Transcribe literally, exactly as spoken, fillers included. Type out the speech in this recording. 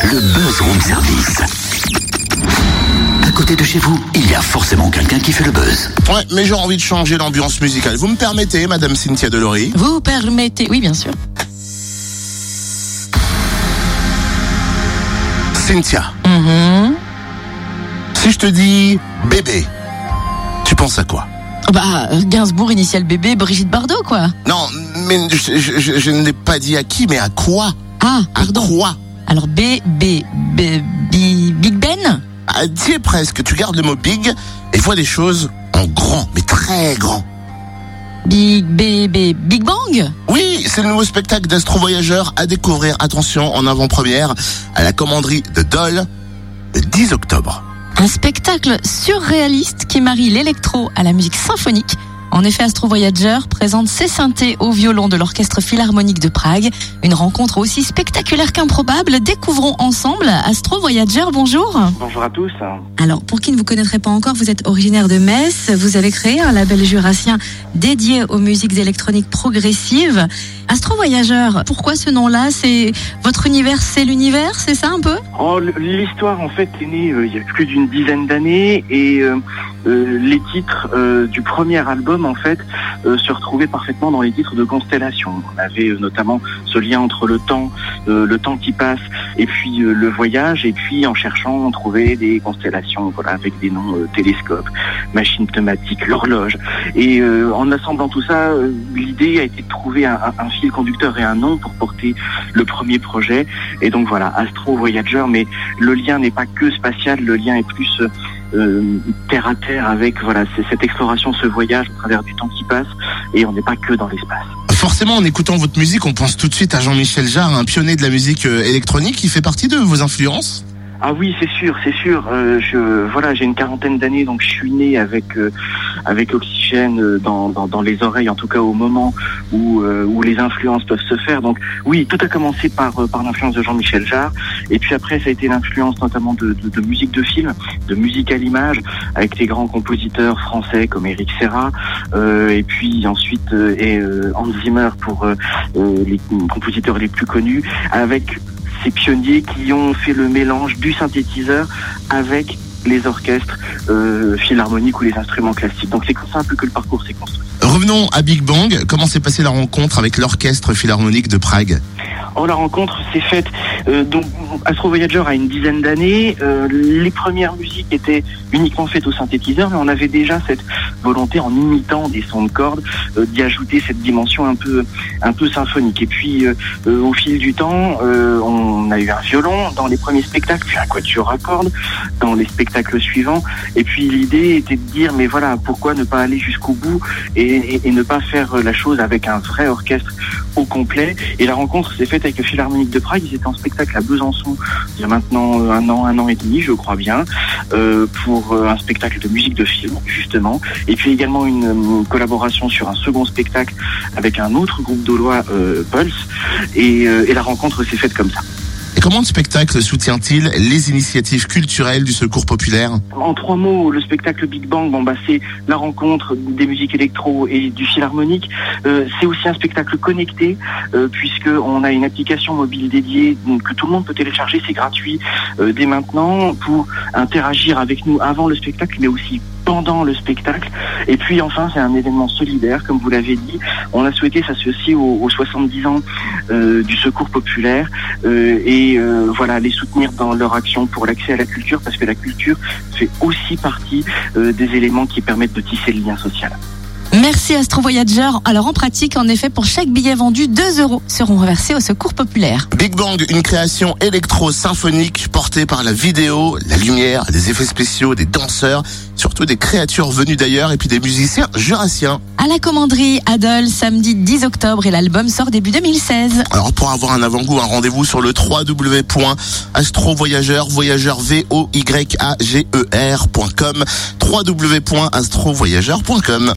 le Buzz Room Service. À côté de chez vous, il y a forcément quelqu'un qui fait le buzz. Ouais, mais j'ai envie de changer l'ambiance musicale. Vous me permettez, Madame Cynthia Delory ? Vous permettez, oui bien sûr. Cynthia, Mm-hmm. si je te dis bébé, tu penses à quoi ? Bah, Gainsbourg, initial bébé, Brigitte Bardot, quoi. Non, mais je, je, je, je ne l'ai pas dit à qui, mais à quoi ? Ah, À pardon. quoi ? Alors, B, B, B, B, Big Ben. Ah, tu es presque, tu gardes le mot big et vois les choses en grand, mais très grand. Big, B, B, Big Bang. Oui, c'est le nouveau spectacle d'Astro Voyageur à découvrir, attention, en avant-première, à la commanderie de Dole, le dix octobre. Un spectacle surréaliste qui marie l'électro à la musique symphonique. En effet, Astro Voyageur présente ses synthés au violon de l'Orchestre Philharmonique de Prague. Une rencontre aussi spectaculaire qu'improbable. Découvrons ensemble Astro Voyageur. Bonjour. Bonjour à tous. Alors, pour qui ne vous connaîtrait pas encore, vous êtes originaire de Metz. Vous avez créé un label jurassien dédié aux musiques électroniques progressives. Astro Voyageur, pourquoi ce nom-là ? C'est votre univers, c'est l'univers, c'est ça un peu ? Oh, l'histoire en fait est née euh, il y a plus d'une dizaine d'années et euh, euh, les titres euh, du premier album en fait euh, se retrouvaient parfaitement dans les titres de Constellation. On avait euh, notamment ce lien entre le temps, euh, le temps qui passe et puis euh, le voyage, et puis en cherchant on trouvait des constellations, voilà, avec des noms euh, télescope, machine pneumatique, l'horloge. Et euh, en assemblant tout ça, euh, l'idée a été de trouver un, un, un fil conducteur et un nom pour porter le premier projet. Et donc voilà, Astro Voyager, mais le lien n'est pas que spatial, le lien est plus euh, terre à terre avec voilà, c'est cette exploration, ce voyage au travers du temps qui passe, et on n'est pas que dans l'espace. Forcément, en écoutant votre musique, on pense tout de suite à Jean-Michel Jarre, un pionnier de la musique électronique qui fait partie de vos influences. Ah oui, c'est sûr, c'est sûr. Euh, je, voilà, j'ai une quarantaine d'années, donc je suis né avec euh, avec Oxygène dans, dans dans les oreilles, en tout cas au moment où euh, où les influences peuvent se faire. Donc oui, tout a commencé par euh, par l'influence de Jean-Michel Jarre, et puis après ça a été l'influence notamment de, de de musique de film, de musique à l'image, avec des grands compositeurs français comme Éric Serra, euh, et puis ensuite euh, et euh, Hans Zimmer pour euh, euh, les compositeurs les plus connus, avec ces pionniers qui ont fait le mélange du synthétiseur avec les orchestres euh, philharmoniques ou les instruments classiques. Donc c'est comme ça un peu que le parcours s'est construit. Revenons à Big Bang. Comment s'est passée la rencontre avec l'Orchestre Philharmonique de Prague ? Oh, la rencontre s'est faite, euh, donc Astro Voyager a une dizaine d'années. Euh, les premières musiques étaient uniquement faites au synthétiseur, mais on avait déjà cette volonté, en imitant des sons de cordes, euh, d'y ajouter cette dimension un peu, un peu symphonique. Et puis, euh, euh, au fil du temps, euh, on a eu un violon dans les premiers spectacles, puis un quatuor à cordes dans les spectacles suivants. Et puis l'idée était de dire, mais voilà, pourquoi ne pas aller jusqu'au bout et, et, et ne pas faire la chose avec un vrai orchestre au complet. Et la rencontre s'est faite avec le Philharmonique de Prague. Ils étaient en spectacle à Besançon il y a maintenant un an, un an et demi, je crois bien, euh, pour un spectacle de musique de film, justement. Et puis également une, une collaboration sur un second spectacle avec un autre groupe daulois, euh, Pulse. Et, euh, et la rencontre s'est faite comme ça. Et comment le spectacle soutient-il les initiatives culturelles du Secours populaire ? En trois mots, le spectacle Big Bang, bon bah c'est la rencontre des musiques électro et du philharmonique. Euh, c'est aussi un spectacle connecté, euh, puisque on a une application mobile dédiée que tout le monde peut télécharger, c'est gratuit euh, dès maintenant, pour interagir avec nous avant le spectacle, mais aussi pendant le spectacle. Et puis enfin, c'est un événement solidaire, comme vous l'avez dit. On a souhaité s'associer aux, aux soixante-dix ans euh, du Secours populaire euh, et euh, voilà, les soutenir dans leur action pour l'accès à la culture, parce que la culture fait aussi partie euh, des éléments qui permettent de tisser le lien social. Merci Astro Voyager. Alors en pratique, en effet, pour chaque billet vendu, deux euros seront reversés au Secours populaire. Big Bang, une création électro-symphonique portée par la vidéo, la lumière, des effets spéciaux, des danseurs, surtout des créatures venues d'ailleurs et puis des musiciens jurassiens. À la commanderie Adol, samedi dix octobre, et l'album sort début deux mille seize. Alors pour avoir un avant-goût, un rendez-vous sur le w w w point astro voyageur, voyageur V O Y A G E R point com, w w w point astro voyageur point com.